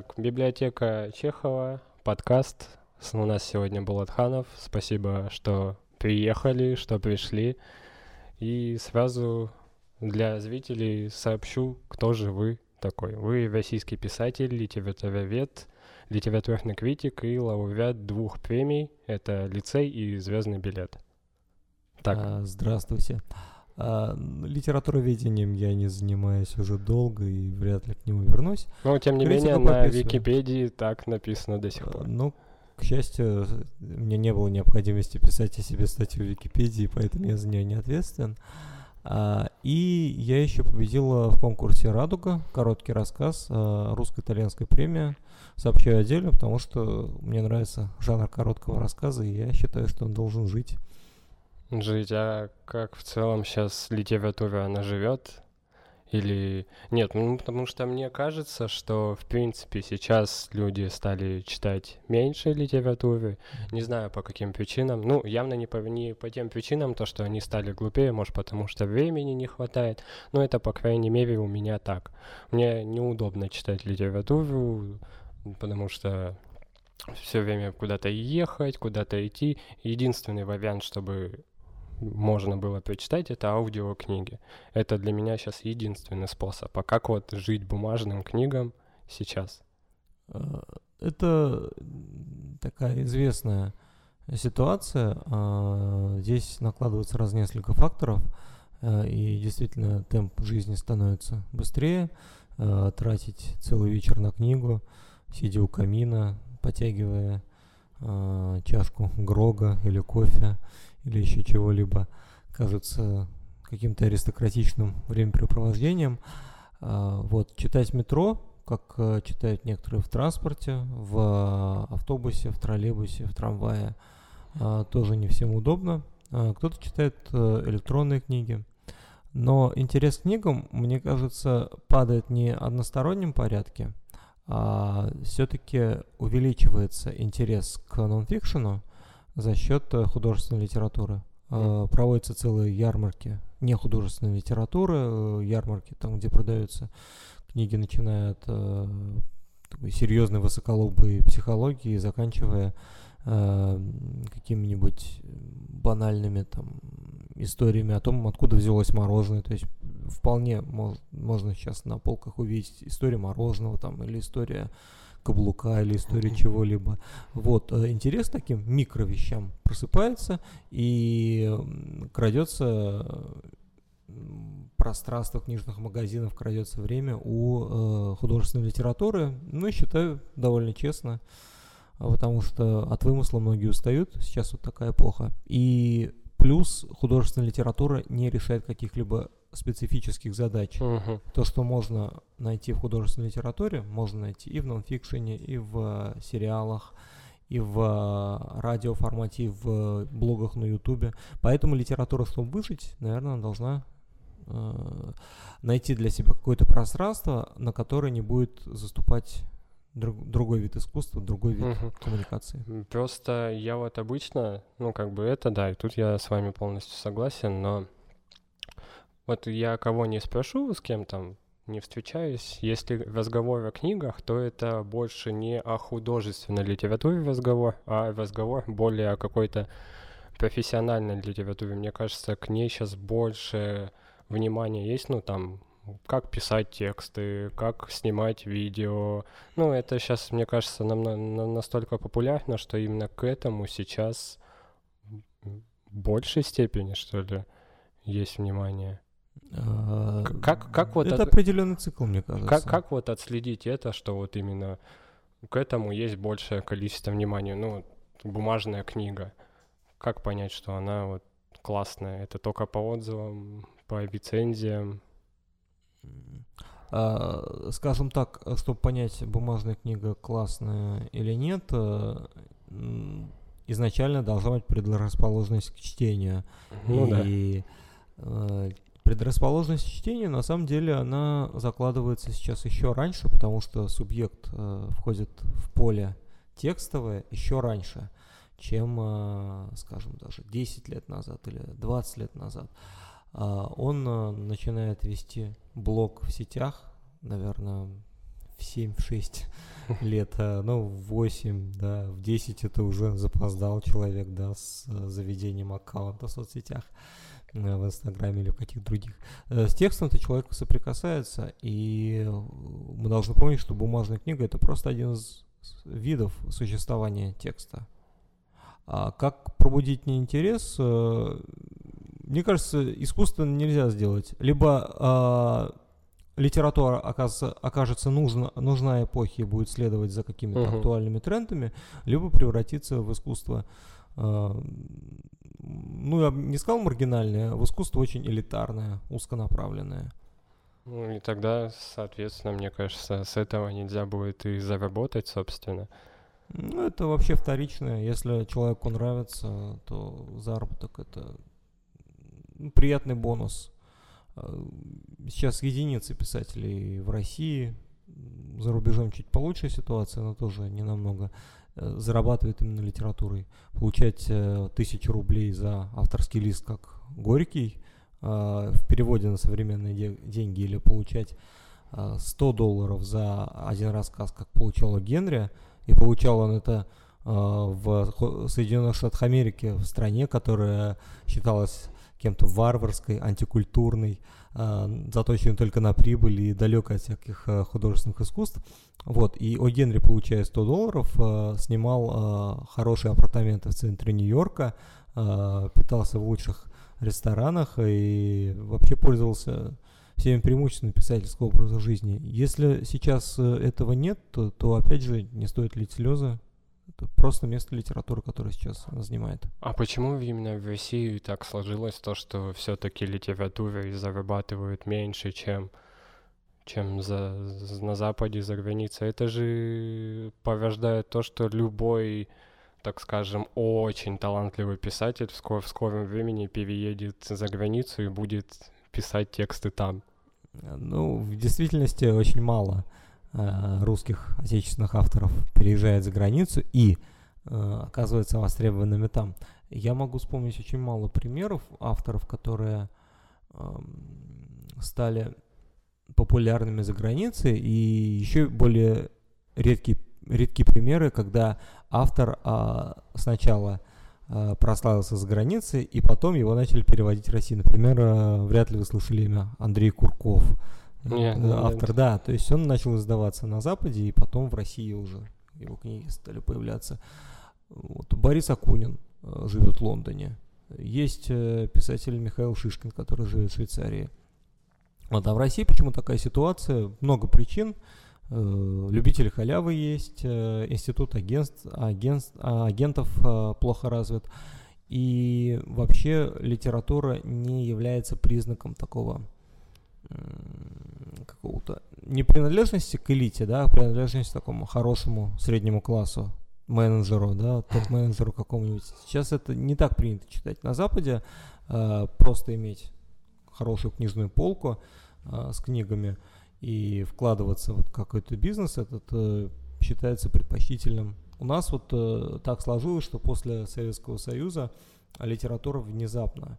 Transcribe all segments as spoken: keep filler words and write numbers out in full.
Так, библиотека Чехова, подкаст. С- У нас сегодня Булатханов. Спасибо, что приехали, что пришли. И сразу для зрителей сообщу, кто же вы такой. Вы российский писатель, литературовед, литературный критик и лауреат двух премий. Это «Лицей» и «Звездный билет». Так, А, Здравствуйте. А, Литературоведением я не занимаюсь уже долго и вряд ли к нему вернусь. но тем не критику менее на прописываю. Википедии так написано до сих А, пор. Ну, к счастью, у меня не было необходимости писать о себе статью в Википедии, поэтому я за нее не ответственен. А, И я еще победила в конкурсе «Радуга», короткий рассказ, а, русско-итальянская премия. Сообщаю отдельно, потому что мне нравится жанр короткого рассказа, и я считаю, что он должен жить. Жить, а как в целом сейчас литература, она живет? Или нет, ну потому что мне кажется, что в принципе сейчас люди стали читать меньше литературы, не знаю по каким причинам, ну явно не по, не по тем причинам, то что они стали глупее, может потому что времени не хватает, но это по крайней мере у меня так. Мне неудобно читать литературу, потому что все время куда-то ехать, куда-то идти. Единственный вариант, чтобы можно было прочитать, это аудиокниги. Это для меня сейчас единственный способ. А как вот жить бумажным книгам сейчас? А, Это такая известная ситуация. А, Здесь накладывается раз несколько факторов, а, и действительно темп жизни становится быстрее. А, Тратить целый вечер на книгу, сидя у камина, потягивая а, чашку грога или кофе или еще чего-либо, кажется каким-то аристократичным времяпрепровождением. А, Вот, читать в метро, как э, читают некоторые в транспорте, в э, автобусе, в троллейбусе, в трамвае, а, тоже не всем удобно. А, Кто-то читает э, электронные книги. Но интерес к книгам, мне кажется, падает не в одностороннем порядке, а все-таки увеличивается интерес к нонфикшену за счет э, художественной литературы. Э, Проводятся целые ярмарки нехудожественной литературы, э, ярмарки там, где продаются книги, начиная от э, такой серьезной высоколобой психологии, заканчивая э, какими-нибудь банальными там историями о том, откуда взялось мороженое. То есть вполне мож- можно сейчас на полках увидеть историю мороженого там, или история каблука, или история чего-либо. Вот, э, интерес к таким микровещам просыпается и м, крадется м, пространство книжных магазинов, крадется время у э, художественной литературы. Ну, и считаю довольно честно, а, потому что от вымысла многие устают. Сейчас вот такая эпоха. И плюс художественная литература не решает каких-либо специфических задач. Мгм. То, что можно найти в художественной литературе, можно найти и в нонфикшене, и в э, сериалах, и в э, радиоформате, и в э, блогах на ютубе. Поэтому литература, чтобы выжить, наверное, должна э, найти для себя какое-то пространство, на которое не будет заступать друг- другой вид искусства, другой вид Мгм. коммуникации. М, Просто я вот обычно, ну как бы это да, и тут я с вами полностью согласен, но вот я кого не спрошу, с кем там не встречаюсь, если разговор о книгах, то это больше не о художественной литературе разговор, а разговор более о какой-то профессиональной литературе. Мне кажется, к ней сейчас больше внимания есть, ну там, как писать тексты, как снимать видео. Ну, это сейчас, мне кажется, намно- на- настолько популярно, что именно к этому сейчас в большей степени, что ли, есть внимание. А, К- Как, как вот Это от- определенный цикл, мне как, кажется. как вот отследить это, что вот именно к этому есть большее количество внимания? Ну, вот бумажная книга. Как понять, что она вот классная? Это только по отзывам, по рецензиям? М. А, Скажем так, э, чтобы понять, бумажная книга классная или нет, э, м, изначально должна быть предрасположенность к чтению. Ну да. И э, предрасположенность к чтению, на самом деле, она закладывается сейчас еще раньше, потому что субъект э, входит в поле текстовое еще раньше, чем, э, скажем, даже десять лет назад или двадцать лет назад. А, Он э, начинает вести блог в сетях, наверное, в семь-шесть лет, ну, в восемь, да, в десять это уже запоздал человек, да, с заведением аккаунта в соцсетях, в Инстаграме или в каких-то других. С текстом-то человек соприкасается, и мы должны помнить, что бумажная книга — это просто один из видов существования текста. А как пробудить неинтерес? Мне кажется, искусственно нельзя сделать. Либо э, литература окажется, окажется нужна, нужна эпохе и будет следовать за какими-то uh-huh. актуальными трендами, либо превратиться в искусство, э, ну, я не сказал маргинальное, в искусство очень элитарное, узконаправленное. Ну и тогда, соответственно, мне кажется, с этого нельзя будет и заработать, собственно. Ну, это вообще вторичное. Если человеку нравится, то заработок — это приятный бонус. Сейчас единицы писателей в России, за рубежом чуть получше ситуация, но тоже не намного, зарабатывают именно литературой. Получать тысячу рублей за авторский лист, как Горький, в переводе на современные де- деньги, или получать сто долларов за один рассказ, как получал Генри, и получал он это в Соединенных Штатах Америки, в стране, которая считалась кем-то варварской, антикультурной, э, заточенной только на прибыль и далекой от всяких э, художественных искусств. Вот. И О. Генри, получая сто долларов, э, снимал э, хорошие апартаменты в центре Нью-Йорка, э, питался в лучших ресторанах и вообще пользовался всеми преимуществами писательского образа жизни. Если сейчас э, этого нет, то, то, опять же, не стоит лить слезы. Это просто место литературы, которое сейчас она занимает. А почему именно в России так сложилось то, что все-таки литература зарабатывает меньше, чем, чем за, на Западе, за границей? Это же порождает то, что любой, так скажем, очень талантливый писатель в, скор, в скором времени переедет за границу и будет писать тексты там. Ну, в действительности очень мало русских отечественных авторов переезжает за границу и э, оказывается востребованными там. Я могу вспомнить очень мало примеров авторов, которые э, стали популярными за границей, и еще более редкие, редкие примеры, когда автор э, сначала э, прославился за границей, и потом его начали переводить в Россию. Например, э, вряд ли вы слышали имя Андрей Курков. Нет, автор, нет. Да, то есть он начал издаваться на Западе, и потом в России уже его книги стали появляться. Вот. Борис Акунин э, живет в Лондоне. Есть э, писатель Михаил Шишкин, который живет в Швейцарии. Вот. А в России почему такая ситуация? Много причин. Э, любители халявы есть, э, институт агентств, агентств, агентов э, плохо развит. И вообще литература не является признаком такого какого-то не принадлежности к элите, да, а принадлежности к такому хорошему среднему классу, менеджеру, да, топ-менеджеру какому-нибудь. Сейчас это не так принято читать. На Западе э, просто иметь хорошую книжную полку э, с книгами и вкладываться в какой-то бизнес, этот э, считается предпочтительным. У нас вот э, так сложилось, что после Советского Союза литература внезапно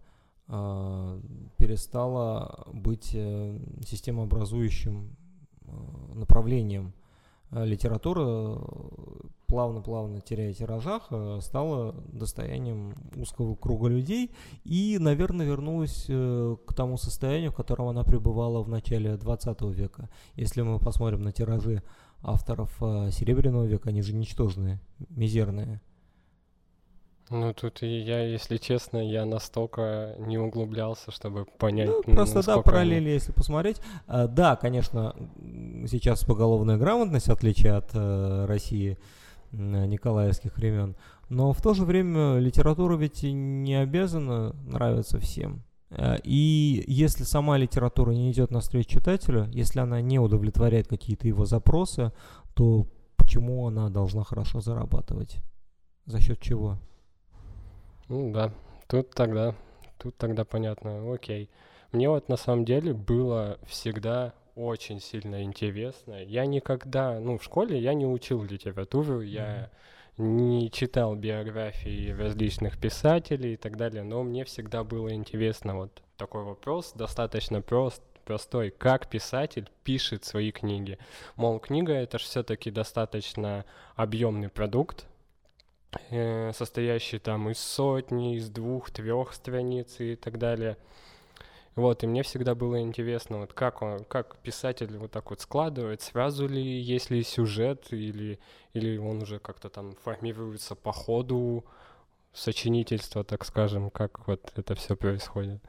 перестала быть системообразующим направлением. Литература, плавно-плавно теряя тиражах, стала достоянием узкого круга людей и, наверное, вернулась к тому состоянию, в котором она пребывала в начале двадцатого века. Если мы посмотрим на тиражи авторов Серебряного века, они же ничтожные, мизерные. Ну, тут и я, если честно, я настолько не углублялся, чтобы понять, ну, ну, просто, да, параллели, они... если посмотреть. А, да, конечно, сейчас поголовная грамотность, в отличие от а, России а, николаевских времен, но в то же время литература ведь не обязана нравиться всем. А, и если сама литература не идет навстречу читателю, если она не удовлетворяет какие-то его запросы, то почему она должна хорошо зарабатывать? За счет чего? Ну да, тут тогда, тут тогда понятно, окей. Мне вот на самом деле было всегда очень сильно интересно. Я никогда, ну в школе я не учил литературу, я mm-hmm. не читал биографии различных писателей и так далее, но мне всегда было интересно вот такой вопрос, достаточно прост, простой, как писатель пишет свои книги. Мол, книга — это же все-таки достаточно объемный продукт, э, состоящий там из сотни, из двух, трех страниц и так далее. Вот, и мне всегда было интересно, вот как он, как писатель вот так вот складывает, сразу ли, есть ли сюжет, или, или он уже как-то там формируется по ходу сочинительства, так скажем, как вот это все происходит.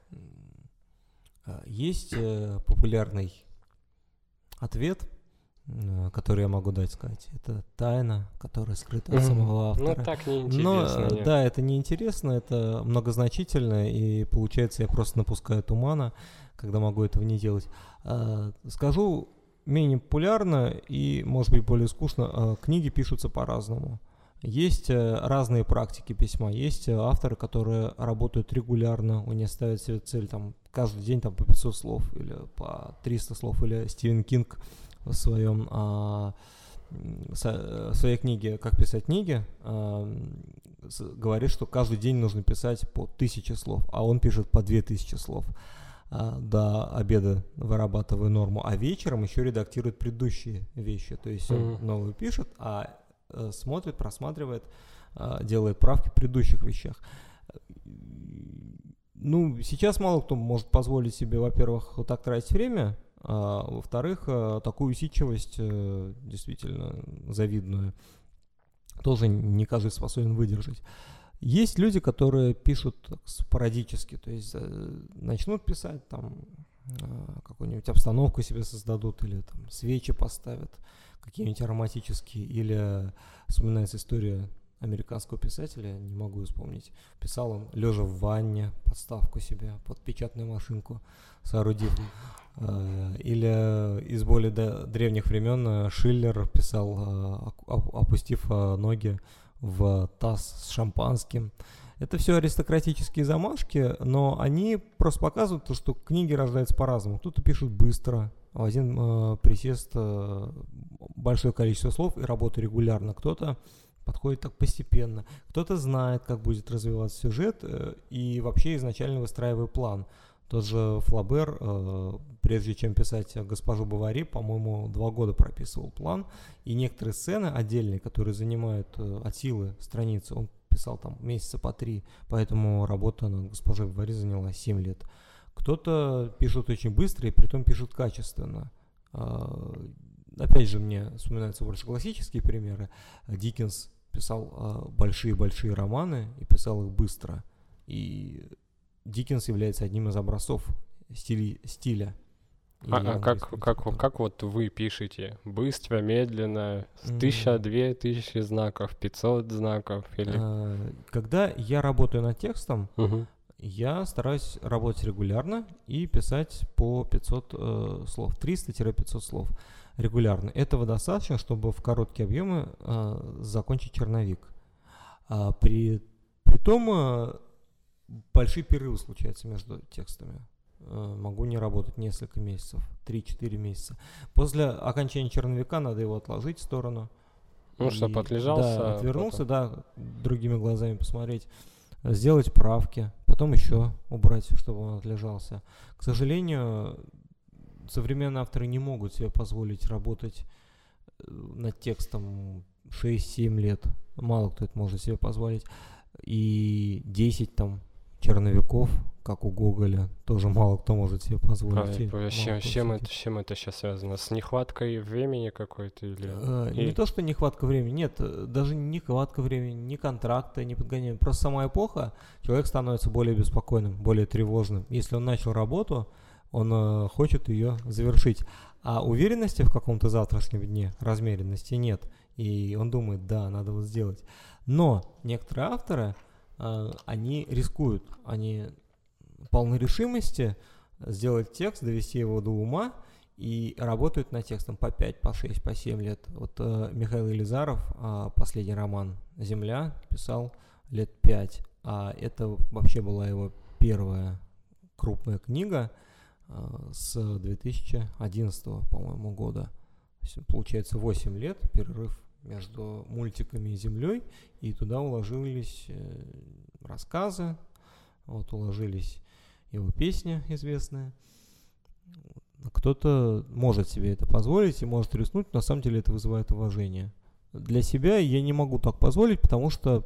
Есть э, популярный ответ, э, который я могу дать, сказать. Это тайна, которая скрыта от самого автора. Ну, так неинтересно. Но, да, это неинтересно, это многозначительно, и получается, я просто напускаю тумана, когда могу этого не делать. А, скажу менее популярно и, может быть, более скучно, а, книги пишутся по-разному. Есть разные практики письма, есть авторы, которые работают регулярно, у них ставят себе цель там, каждый день там, по пятьсот слов или по триста слов, или Стивен Кинг в своем, а, в своей книге «Как писать книги» а, говорит, что каждый день нужно писать по тысяче слов, а он пишет по две тысячи слов. А, до обеда вырабатывая норму, а вечером еще редактирует предыдущие вещи, то есть он mm-hmm. новую пишет, а смотрит, просматривает, делает правки в предыдущих вещах. Ну, сейчас мало кто может позволить себе, во-первых, вот так тратить время, а во-вторых, такую усидчивость действительно завидную тоже не каждый способен выдержать. Есть люди, которые пишут спорадически, то есть начнут писать, там какую-нибудь обстановку себе создадут или там свечи поставят, какие-нибудь ароматические, или вспоминается история американского писателя, не могу вспомнить, писал он лежа в ванне, подставку себе под печатную машинку соорудив, или из более древних времен Шиллер писал, опустив ноги в таз с шампанским. Это все аристократические замашки, но они просто показывают то, что книги рождаются по-разному. Кто-то пишет быстро, в один э, присест э, большое количество слов и работает регулярно. Кто-то подходит так постепенно. Кто-то знает, как будет развиваться сюжет э, и вообще изначально выстраивает план. Тот же Флабер, э, прежде чем писать «Госпожу Бовари», по-моему, два года прописывал план. И некоторые сцены отдельные, которые занимают э, от силы страницы, он писал там месяца по три, поэтому работа над «Госпожой Бовари» заняла семь лет. Кто-то пишет очень быстро и притом пишет качественно. А, опять же, мне вспоминаются больше классические примеры. Диккенс писал большие-большие романы и писал их быстро. И Диккенс является одним из образцов стили, стиля. А, а как, как, как вот вы пишете? Быстро, медленно, тысяча, две тысячи знаков, пятьсот знаков? Или... А, когда я работаю над текстом, угу. я стараюсь работать регулярно и писать по пятьсот э, слов, триста-пятьсот слов регулярно. Этого достаточно, чтобы в короткие объемы э, закончить черновик. А при, при том э, большие перерывы случаются между текстами. Э, могу не работать несколько месяцев, три-четыре месяца. После окончания черновика надо его отложить в сторону. Ну, чтобы отлежался. Да, отвернулся, да, другими глазами посмотреть. Сделать правки, потом еще убрать, чтобы он отлежался. К сожалению, современные авторы не могут себе позволить работать над текстом шесть-семь лет. Мало кто это может себе позволить. И десять там черновиков, как у Гоголя, тоже мало кто может себе позволить. А, с, чем, с, чем это, с чем это сейчас связано? С нехваткой времени какой-то? Или... А, и... Не то, что нехватка времени, нет, даже не нехватка времени, ни контракта, ни подгоняния. Просто сама эпоха, человек становится более беспокойным, более тревожным. Если он начал работу, он э, хочет ее завершить. А уверенности в каком-то завтрашнем дне, размеренности нет. И он думает, да, надо вот сделать. Но некоторые авторы, э, они рискуют, они полны решимости сделать текст, довести его до ума и работают над текстом по пять, по шесть, по семь лет. Вот э, Михаил Елизаров, э, последний роман «Земля», писал лет пять, а это вообще была его первая крупная книга э, с две тысячи одиннадцатого, по-моему, года. То есть, получается, восемь лет, перерыв между мультиками и «Землей», и туда уложились э, рассказы, вот уложились его песня известная. Кто-то может себе это позволить и может рискнуть, на самом деле это вызывает уважение. Для себя я не могу так позволить, потому что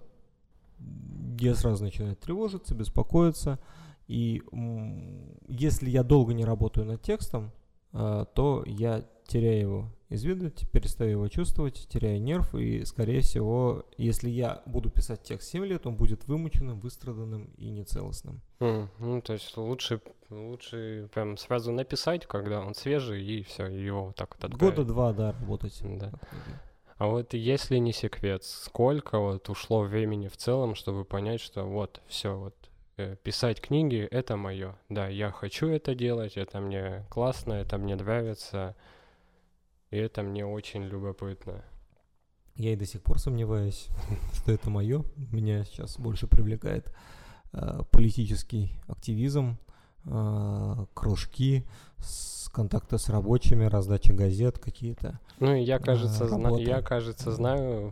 я сразу начинаю тревожиться, беспокоиться. И м, если я долго не работаю над текстом, э, то я теряю его из виду, перестаю его чувствовать, теряю нерв. И, скорее всего, если я буду писать текст семь лет, он будет вымученным, выстраданным и нецелостным. Mm, ну, то есть лучше, лучше прям сразу написать, когда он свежий, и все, его вот так вот отправить. Года два, да, работать. Да. А вот если не секрет, сколько вот ушло времени в целом, чтобы понять, что вот, все, вот, э, писать книги — это мое. Да, я хочу это делать, это мне классно, это мне нравится, и это мне очень любопытно. Я и до сих пор сомневаюсь, что это мое. Меня сейчас больше привлекает э, политический активизм, э, кружки, с, контакты с рабочими, раздача газет какие-то. Ну, и я, кажется, э, зна- я, кажется, знаю,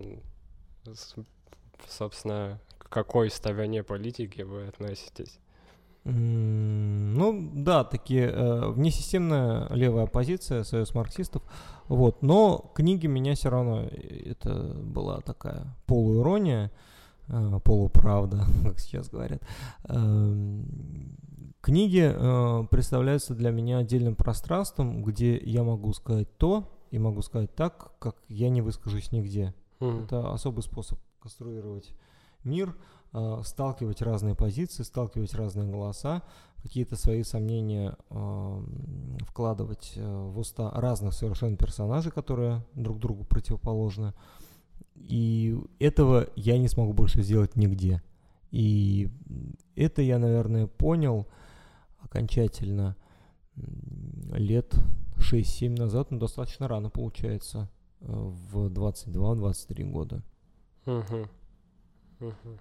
с- собственно, к какой стороне политики вы относитесь. Mm, ну, да, такие э, внесистемная левая оппозиция, союз марксистов. Вот, но книги меня все равно, это была такая полуирония, э, полуправда, как сейчас говорят. Э, книги э, представляются для меня отдельным пространством, где я могу сказать то и могу сказать так, как я не выскажусь нигде. Mm. Это особый способ конструировать мир, э, сталкивать разные позиции, сталкивать разные голоса, какие-то свои сомнения э, вкладывать э, в уста разных совершенно персонажей, которые друг другу противоположны. И этого я не смогу больше сделать нигде. И это я, наверное, понял окончательно лет шесть-семь назад, но достаточно рано получается, в двадцать два - двадцать три года. Угу. Угу.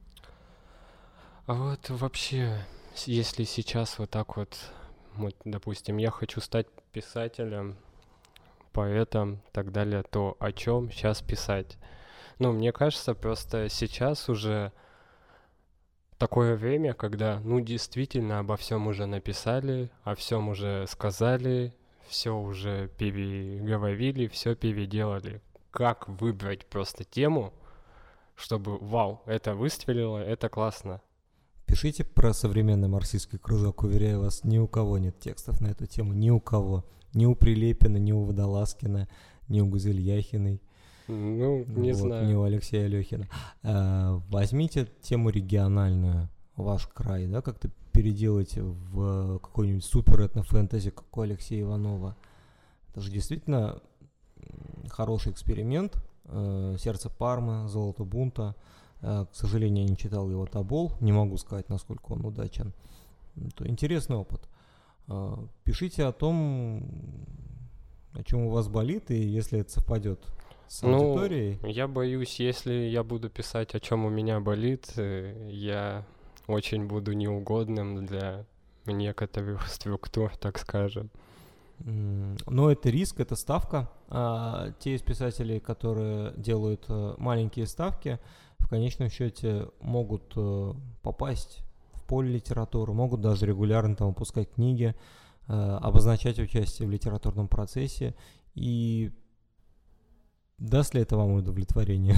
А вот вообще, если сейчас вот так вот, вот, допустим, я хочу стать писателем, поэтом и так далее, то о чем сейчас писать? Ну, мне кажется, просто сейчас уже такое время, когда, ну, действительно обо всем уже написали, о всем уже сказали, все уже переговорили, все переделали. Как выбрать просто тему, чтобы, вау, это выстрелило, это классно? Пишите про современный марксистский кружок, уверяю вас, ни у кого нет текстов на эту тему, ни у кого. Ни у Прилепина, ни у Водолазкина, ни у Гузель-Яхиной. Ну, не вот, знаю. Ни у Алексея Алехина. А, возьмите тему региональную, ваш край, да, как-то переделайте в какой-нибудь супер этнофэнтези, как у Алексея Иванова. Это же действительно хороший эксперимент. «Сердце Пармы», «Золото бунта». К сожалению, я не читал его «Тобол», не могу сказать, насколько он удачен. Это интересный опыт. Пишите о том, о чем у вас болит, и если это совпадет с аудиторией. Ну, я боюсь, если я буду писать, о чем у меня болит, я очень буду неугодным для некоторых структур, так скажем. Но это риск, это ставка. А те из писателей, которые делают маленькие ставки, в конечном счете могут попасть в поле литературы, могут даже регулярно там выпускать книги, обозначать участие в литературном процессе. И даст ли это вам удовлетворение?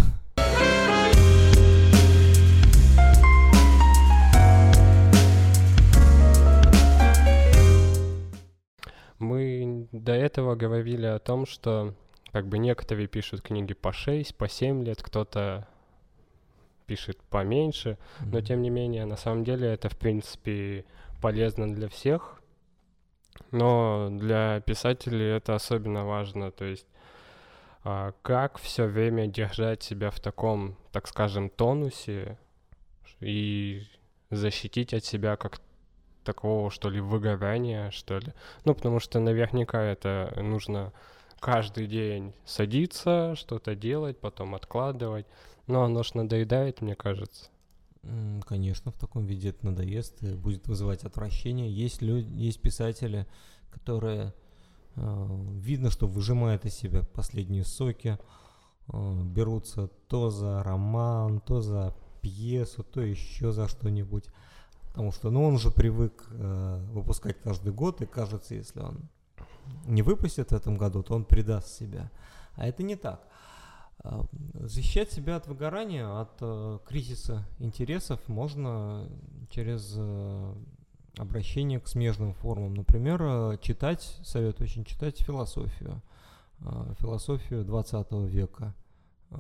Мы до этого говорили о том, что как бы некоторые пишут книги по шесть, по семь лет, кто-то пишет поменьше, mm-hmm. но тем не менее, на самом деле это в принципе полезно для всех, но для писателей это особенно важно, то есть а, как все время держать себя в таком, так скажем, тонусе и защитить от себя как такого, что ли, выгорания, что ли. Ну, потому что наверняка это нужно каждый день садиться, что-то делать, потом откладывать. Но оно ж надоедает, мне кажется. Конечно, в таком виде это надоест и будет вызывать отвращение. Есть люди, есть писатели, которые э, видно, что выжимают из себя последние соки, э, берутся то за роман, то за пьесу, то еще за что-нибудь. Потому что, ну, он же привык э, выпускать каждый год, и кажется, если он не выпустит в этом году, то он предаст себя. А это не так. Э, защищать себя от выгорания, от э, кризиса интересов можно через э, обращение к смежным формам. Например, э, читать, советую очень читать философию. Э, философию двадцатого века э,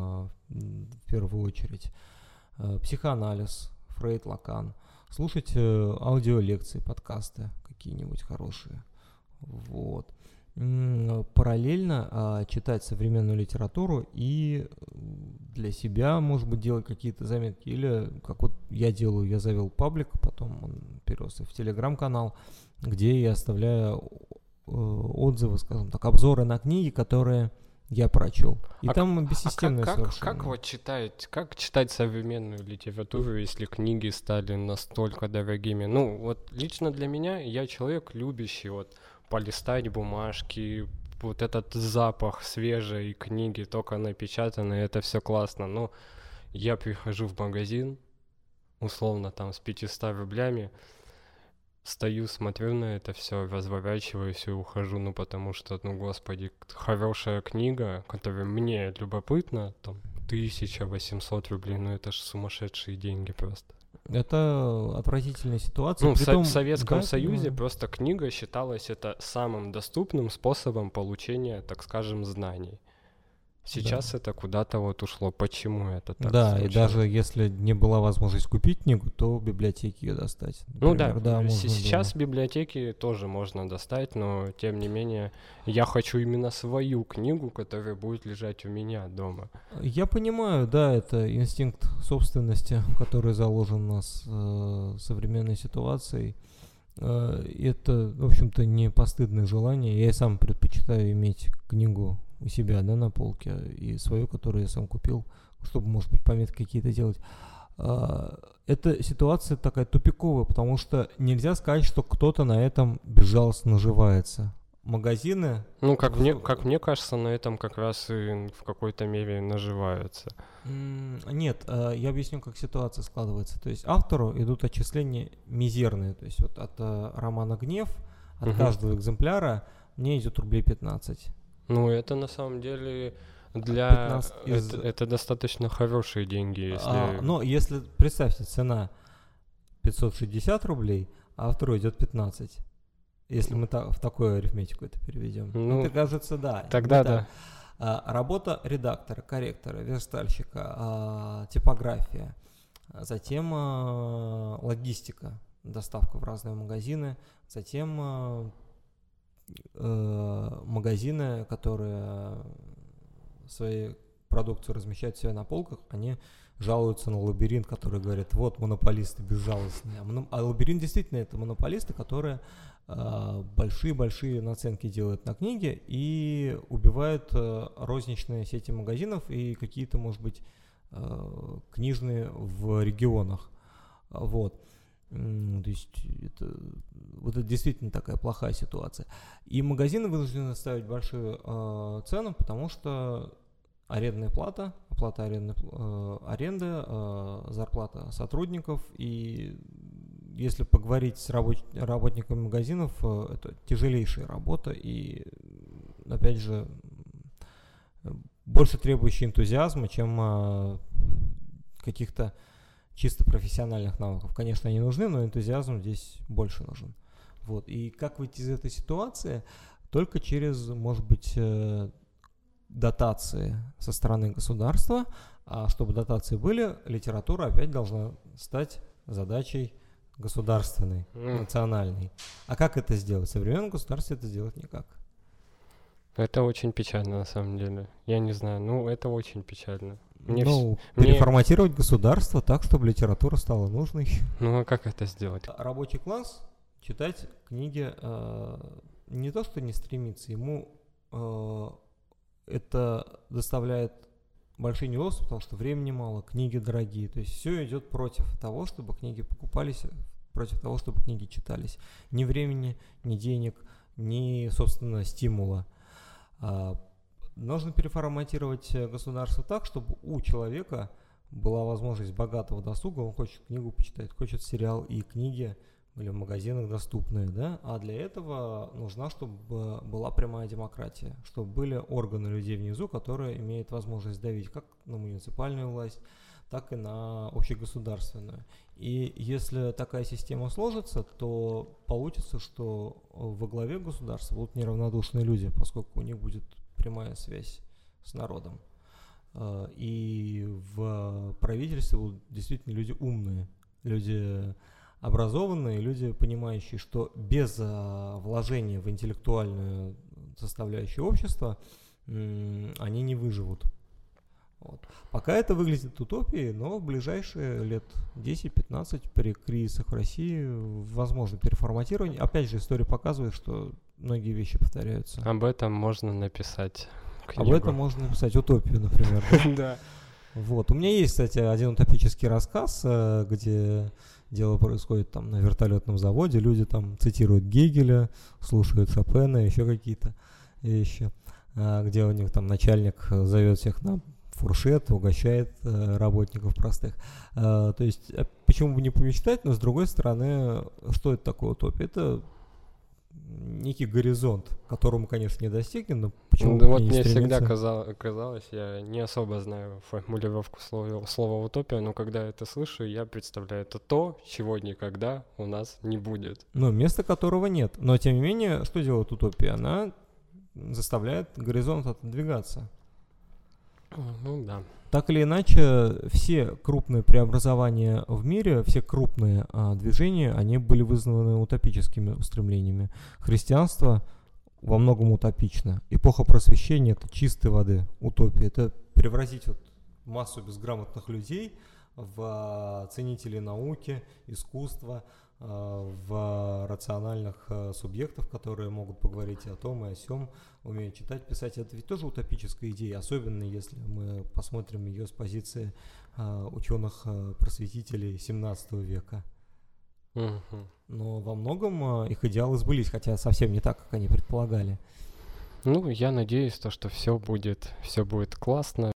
в первую очередь. Э, психоанализ, Фрейд, Лакан. Слушать э, аудиолекции, подкасты какие-нибудь хорошие. Вот. М, Параллельно э, читать современную литературу и для себя, может быть, делать какие-то заметки. Или, как вот я делаю, я завел паблик, потом он перерос в телеграм-канал, где я оставляю э, отзывы, скажем так, обзоры на книги, которые я прочел. И а там а бессистемное как, как, совершенно. как вот читать, как читать современную литературу, если книги стали настолько дорогими? Ну, вот лично для меня, я человек, любящий вот полистать бумажки, вот этот запах свежей книги, только напечатанной, это все классно. Но я прихожу в магазин, условно там с пятьюстами рублями, стою, смотрю на это все, разворачиваюсь и ухожу, ну потому что, ну господи, хорошая книга, которая мне любопытна, там тысяча восемьсот рублей, ну это ж сумасшедшие деньги просто. Это отвратительная ситуация. Ну, в, со- Притом, в Советском да, Союзе понимаю. просто книга считалась это самым доступным способом получения, так скажем, знаний. Сейчас Да. это куда-то вот ушло. Почему это так Да, и случилось? даже если не была возможность купить книгу, то в библиотеке ее достать. Ну да, Например, да, с- можно сейчас было. библиотеки тоже можно достать, но тем не менее я хочу именно свою книгу, которая будет лежать у меня дома. Я понимаю, да, это инстинкт собственности, который заложен у нас э, современной ситуацией. Э, это, в общем-то, не постыдное желание. Я и сам предпочитаю иметь книгу у себя, да, на полке, и свою, которую я сам купил, чтобы, может быть, пометки какие-то делать. А, Эта ситуация такая тупиковая, потому что нельзя сказать, что кто-то на этом безжалостно наживается. Магазины... Ну, как в- мне, как мне кажется, на этом как раз и в какой-то мере наживаются. М, Нет, э, я объясню, как ситуация складывается. То есть автору идут отчисления мизерные. То есть вот от э, романа «Гнев», от Мгм. каждого экземпляра мне идет рублей пятнадцать. Ну, это на самом деле для... пятнадцать из- Это, это достаточно хорошие деньги, если... А, но если, представьте, цена пятьсот шестьдесят рублей, а автору идет пятнадцать. Если мы та- в такую арифметику это переведем. Ну, это кажется, да. Тогда не так. да. А, работа редактора, корректора, верстальщика, а, типография, а затем а, логистика, доставка в разные магазины, затем а, э, магазины, которые свои продукцию размещают у себя на полках, они жалуются на лабиринт, которые говорят, вот монополисты безжалостные. А, моно- а лабиринт действительно это монополисты, которые э, большие-большие наценки делают на книги и убивают э, розничные сети магазинов и какие-то, может быть, э, книжные в регионах. Вот. М, То есть это, вот это действительно такая плохая ситуация. И магазины вынуждены ставить большую э, цену, потому что арендная плата, оплата арендной, э, аренды, э, зарплата сотрудников. И если поговорить с рабоч- работниками магазинов, э, это тяжелейшая работа и, опять же, больше требующая энтузиазма, чем э, каких-то чисто профессиональных навыков. Конечно, они нужны, но энтузиазм здесь больше нужен. Вот. И как выйти из этой ситуации? Только через, может быть, э, дотации со стороны государства. А чтобы дотации были, литература опять должна стать задачей государственной, М. национальной. А как это сделать? В современном государстве это сделать никак. Это очень печально, на самом деле. Я не знаю, ну, это очень печально. Мне ну, вс- мне- переформатировать государство так, чтобы литература стала нужной. Ну, а как это сделать? Рабочий класс читать книги э, не то, что не стремится, ему э, это доставляет большие неудобства, потому что времени мало, книги дорогие. То есть все идет против того, чтобы книги покупались, против того, чтобы книги читались. Ни времени, ни денег, ни, собственно, стимула. А, нужно переформатировать государство так, чтобы у человека была возможность богатого досуга, он хочет книгу почитать, хочет сериал, и книги были в магазинах доступные, да, а для этого нужна, чтобы была прямая демократия, чтобы были органы людей внизу, которые имеют возможность давить как на муниципальную власть, так и на общегосударственную. И если такая система сложится, то получится, что во главе государства будут неравнодушные люди, поскольку у них будет прямая связь с народом. И в правительстве будут действительно люди умные, люди образованные, люди, понимающие, что без вложения в интеллектуальную составляющую общества они не выживут. Вот. Пока это выглядит утопией, но в ближайшие лет десять-пятнадцать при кризисах в России возможно переформатирование. Опять же, история показывает, что многие вещи повторяются. Об этом можно написать книгу. Об этом можно написать утопию, например. Да. Вот. У меня есть, кстати, один утопический рассказ, где дело происходит там на вертолетном заводе, люди там цитируют Гегеля, слушают Шопена, еще какие-то вещи, где у них там начальник зовет всех на фуршет, угощает э, работников простых. Э, то есть, э, почему бы не помечтать, но с другой стороны, что это такое утопия? Это некий горизонт, которому, конечно, не достигнем, но почему ну, бы вот не мне стремиться? всегда казалось, казалось, я не особо знаю формулировку слова, слова утопия, но когда это слышу, я представляю, это то, чего никогда у нас не будет. Ну, места которого нет. Но, тем не менее, что делает утопия? Она заставляет горизонт отодвигаться. Ну да. Так или иначе, все крупные преобразования в мире, все крупные а, движения, они были вызваны утопическими устремлениями. Христианство во многом утопично. Эпоха просвещения — это чистой воды утопия. Это превратить вот массу безграмотных людей в ценителей науки, искусства, в рациональных субъектов, которые могут поговорить и о том, и о сём, умеют читать, писать. Это ведь тоже утопическая идея, особенно если мы посмотрим ее с позиции ученых-просветителей семнадцатого века. Угу. Но во многом их идеалы сбылись, хотя совсем не так, как они предполагали. Ну, я надеюсь, то, что все будет, все будет классно.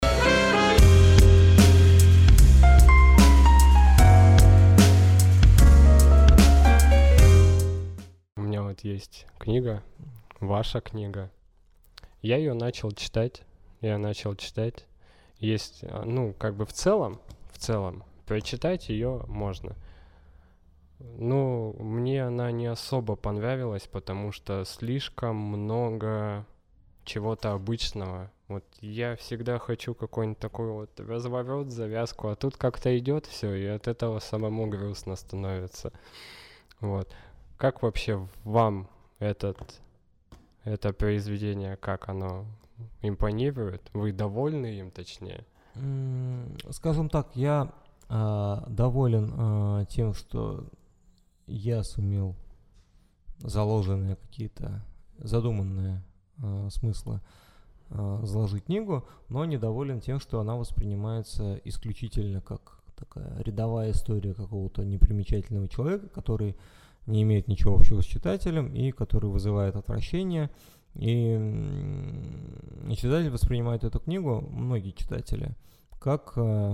У меня вот есть книга, ваша книга. Я ее начал читать, я начал читать. Есть, ну, как бы в целом, в целом, прочитать ее можно. Ну, мне она не особо понравилась, потому что слишком много чего-то обычного. Вот я всегда хочу какой-нибудь такой вот разворот, завязку, а тут как-то идет все, и от этого самому грустно становится. Вот. Как вообще вам этот, это произведение, как оно импонирует? Вы довольны им, точнее? Скажем так, я э, доволен э, тем, что я сумел заложенные какие-то задуманные э, смыслы э, заложить в книгу, но недоволен тем, что она воспринимается исключительно как такая рядовая история какого-то непримечательного человека, который не имеет ничего общего с читателем и который вызывает отвращение. И, и читатель воспринимает эту книгу, многие читатели, как, э,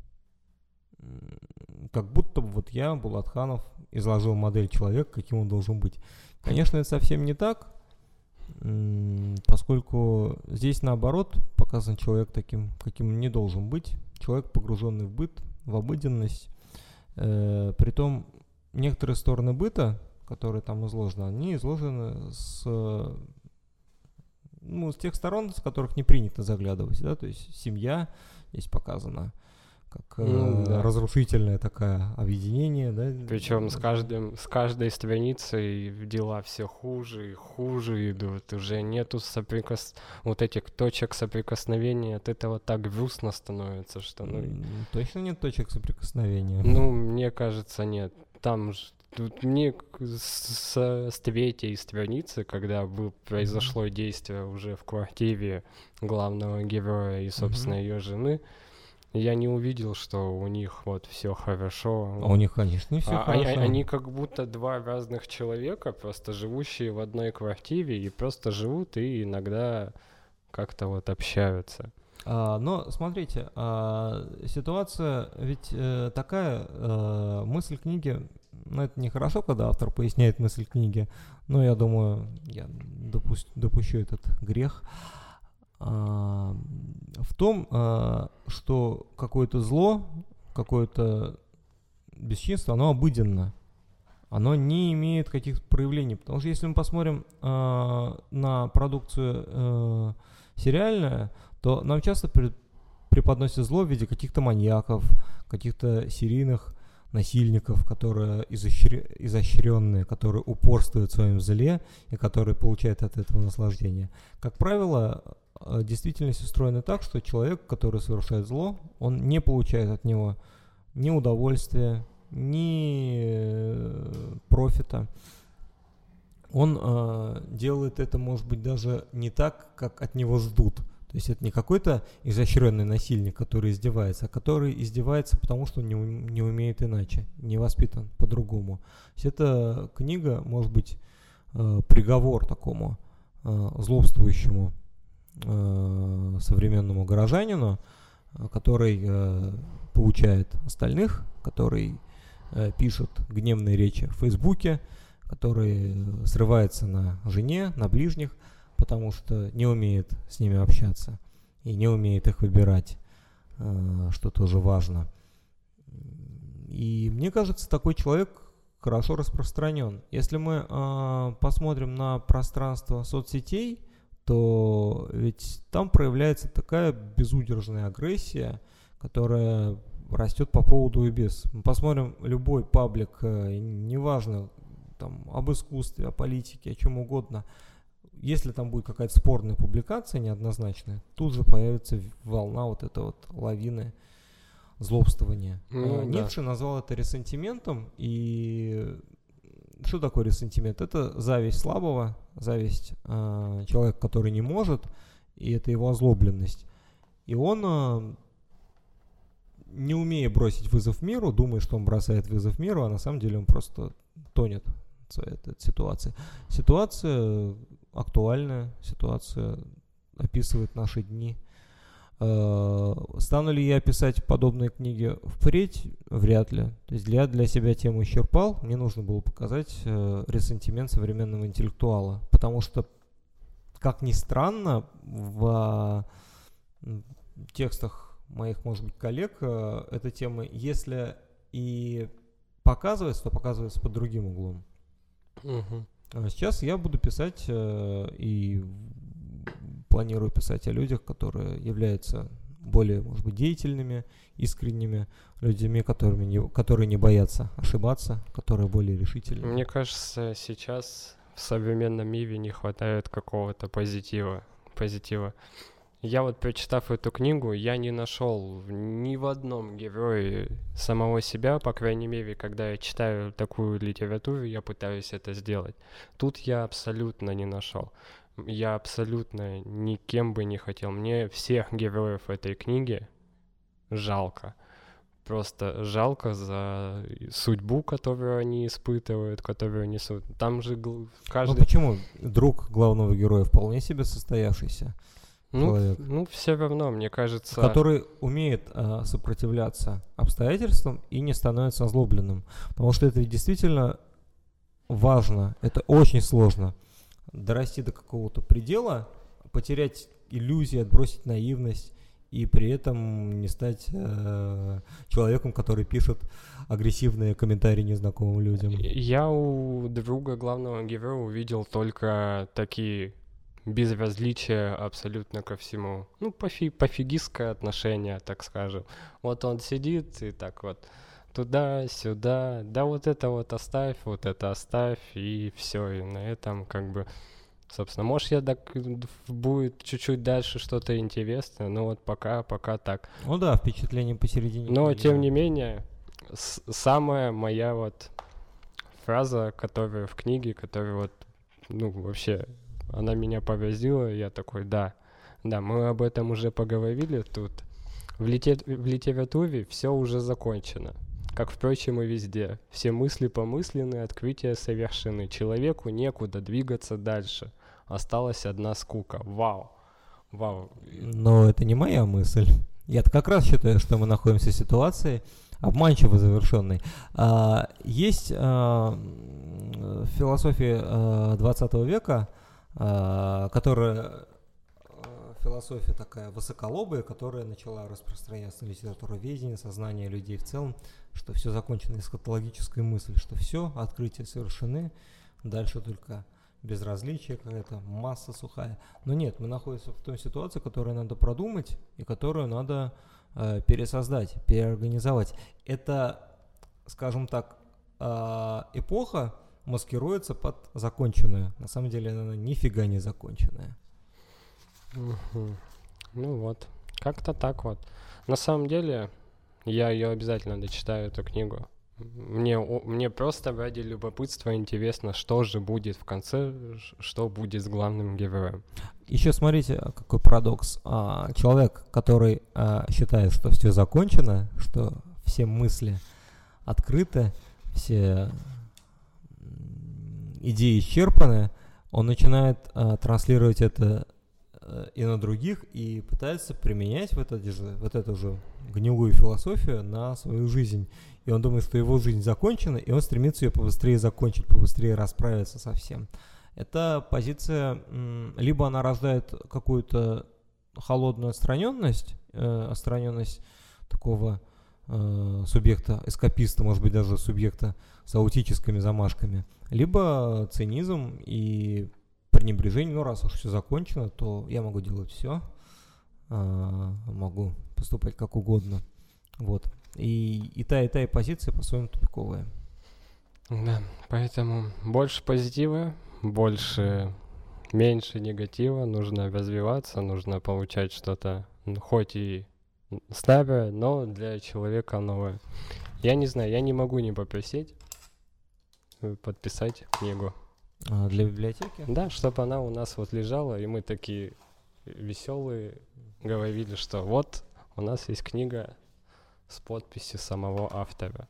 как будто бы вот я, Булатханов, изложил модель человека, каким он должен быть. Конечно, это совсем не так, поскольку здесь, наоборот, показан человек таким, каким он не должен быть. Человек, погруженный в быт, в обыденность. Э, притом, некоторые стороны быта, которые там изложены, они изложены с, ну, с тех сторон, с которых не принято заглядывать. Да? То есть семья здесь показана как ну, э, да. разрушительное такое объединение. Да? Причем с, каждым, с каждой страницей дела все хуже и хуже идут. Уже нету соприкос... вот этих точек соприкосновения. От этого так грустно становится, что... Ну... Точно нет точек соприкосновения? Ну, мне кажется, нет. Там же... Тут мне с, с третьей страницы, когда был, произошло mm-hmm. действие уже в квартире главного героя и, собственно, mm-hmm. ее жены, я не увидел, что у них вот все хорошо. А у них, конечно, не все а, хорошо. Они, они как будто два разных человека, просто живущие в одной квартире, и просто живут и иногда как-то вот общаются. А, но смотрите, а, ситуация ведь э, такая, э, мысль книги, ну это нехорошо, когда автор поясняет мысль книги, но я думаю, я допу- допущу этот грех, а, в том, а, что какое-то зло, какое-то бесчинство, оно обыденно, оно не имеет каких-то проявлений, потому что если мы посмотрим а, на продукцию а, сериальную, то нам часто при, преподносят зло в виде каких-то маньяков, каких-то серийных насильников, которые изощр... изощренные, которые упорствуют в своем зле и которые получают от этого наслаждение. Как правило, действительность устроена так, что человек, который совершает зло, он не получает от него ни удовольствия, ни профита. Он э, делает это, может быть, даже не так, как от него ждут. То есть это не какой-то изощренный насильник, который издевается, а который издевается, потому что он не, не умеет иначе, не воспитан по-другому. То есть эта книга, может быть, э, приговор такому э, злобствующему э, современному горожанину, э, который э, поучает остальных, который э, пишет гневные речи в Фейсбуке, который срывается на жене, на ближних, потому что не умеет с ними общаться и не умеет их выбирать, что тоже важно. И мне кажется, такой человек хорошо распространен. Если мы посмотрим на пространство соцсетей, то ведь там проявляется такая безудержная агрессия, которая растет по поводу и без. Мы посмотрим любой паблик, неважно, там, об искусстве, о политике, о чем угодно. Если там будет какая-то спорная публикация, неоднозначная, тут же появится волна вот этой вот лавины злобствования. Ну, Ницше да. назвал это ресентиментом. И что такое ресентимент? Это зависть слабого, зависть э, человека, который не может, и это его озлобленность. И он, э, не умея бросить вызов миру, думает, что он бросает вызов миру, а на самом деле он просто тонет в этой ситуации. Ситуация актуальная, ситуация описывает наши дни. Стану ли я писать подобные книги впредь? Вряд ли. То есть я для себя тему исчерпал, мне нужно было показать ресентимент современного интеллектуала, потому что, как ни странно, в текстах моих, может быть, коллег эта тема, если и показывается, то показывается под другим углом. Угу. Сейчас я буду писать э, и планирую писать о людях, которые являются более, может быть, деятельными, искренними людьми, которыми не, которые не боятся ошибаться, которые более решительны. Мне кажется, сейчас в современном мире не хватает какого-то позитива. позитива. Я вот, прочитав эту книгу, я не нашел ни в одном герое самого себя, по крайней мере, когда я читаю такую литературу, я пытаюсь это сделать. Тут я абсолютно не нашел. Я абсолютно никем бы не хотел. Мне всех героев этой книги жалко. Просто жалко за судьбу, которую они испытывают, которую несут. Там же каждый... Ну почему? Друг главного героя вполне себе состоявшийся. Ну, ну, все равно, мне кажется... Который умеет э, сопротивляться обстоятельствам и не становится озлобленным. Потому что это действительно важно, это очень сложно. Дорасти до какого-то предела, потерять иллюзии, отбросить наивность и при этом не стать э, человеком, который пишет агрессивные комментарии незнакомым людям. Я у друга главного героя увидел только такие... безразличие абсолютно ко всему. Ну, пофи- пофигистское отношение, так скажем. Вот он сидит и так вот туда-сюда, да вот это вот оставь, вот это оставь, и все, и на этом как бы, собственно, может, я так будет чуть-чуть дальше что-то интересное, но вот пока, пока так. Ну да, впечатление посередине. Но, тем не менее, с- самая моя вот фраза, которая в книге, которая вот, ну, вообще... Она меня поразила, и я такой, да, да, мы об этом уже поговорили тут. В, литер... в литературе все уже закончено, как, впрочем, и везде. Все мысли помыслены, открытия совершены. Человеку некуда двигаться дальше. Осталась одна скука. Вау! Вау. Но это не моя мысль. Я как раз считаю, что мы находимся в ситуации обманчиво завершенной. А, есть а, в философии а, двадцатого века, а, которая а, философия такая высоколобая, которая начала распространяться на литературоведение, сознание людей в целом, что все закончено, эсхатологической мысль, что все, открытия совершены, дальше только безразличие, какая-то масса сухая. Но нет, мы находимся в той ситуации, которую надо продумать и которую надо э, пересоздать, переорганизовать. Это, скажем так, э, эпоха маскируется под законченную. На самом деле она нифига не законченная. Угу. Ну вот, как-то так вот. На самом деле, я ее обязательно дочитаю, эту книгу. Мне, мне просто ради любопытства интересно, что же будет в конце, что будет с главным героем. Еще смотрите, какой парадокс. А, человек, который а, считает, что все закончено, что все мысли открыты, все идеи исчерпаны, он начинает а, транслировать это а, и на других, и пытается применять вот, это же, вот эту же гнилую философию на свою жизнь. И он думает, что его жизнь закончена, и он стремится ее побыстрее закончить, побыстрее расправиться со всем. Эта позиция, либо она рождает какую-то холодную отстраненность, э, отстраненность такого э, субъекта, эскаписта, может быть, даже субъекта с аутическими замашками, либо цинизм и пренебрежение. Ну, раз уж все закончено, то я могу делать все, э, могу поступать как угодно. Вот. И, и та, и та и позиция по-своему тупиковая. Да, поэтому больше позитива, больше, меньше негатива, нужно развиваться, нужно получать что-то, хоть и старое, но для человека новое. Я не знаю, я не могу не попросить подписать книгу. А для библиотеки? Да, чтобы она у нас вот лежала, и мы такие веселые говорили, что вот у нас есть книга с подписью самого автора.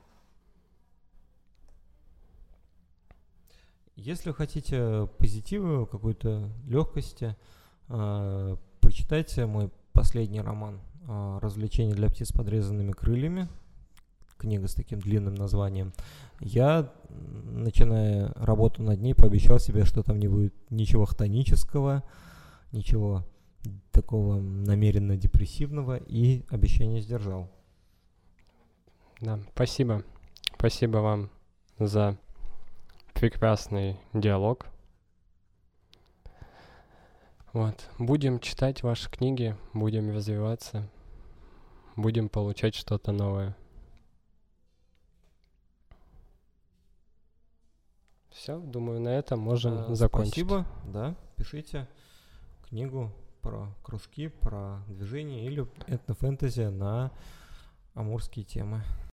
Если хотите позитива, какой-то легкости, э, прочитайте мой последний роман э, «Развлечения для птиц с подрезанными крыльями». Книга с таким длинным названием. Я, начиная работу над ней, пообещал себе, что там не будет ничего хтонического, ничего такого намеренно депрессивного, и обещание сдержал. Да, спасибо. Спасибо вам за прекрасный диалог. Вот. Будем читать ваши книги, будем развиваться, будем получать что-то новое. Все, думаю, на этом можем а, закончить. Спасибо, да, пишите книгу про кружки, про движение или этнофэнтези на амурские темы.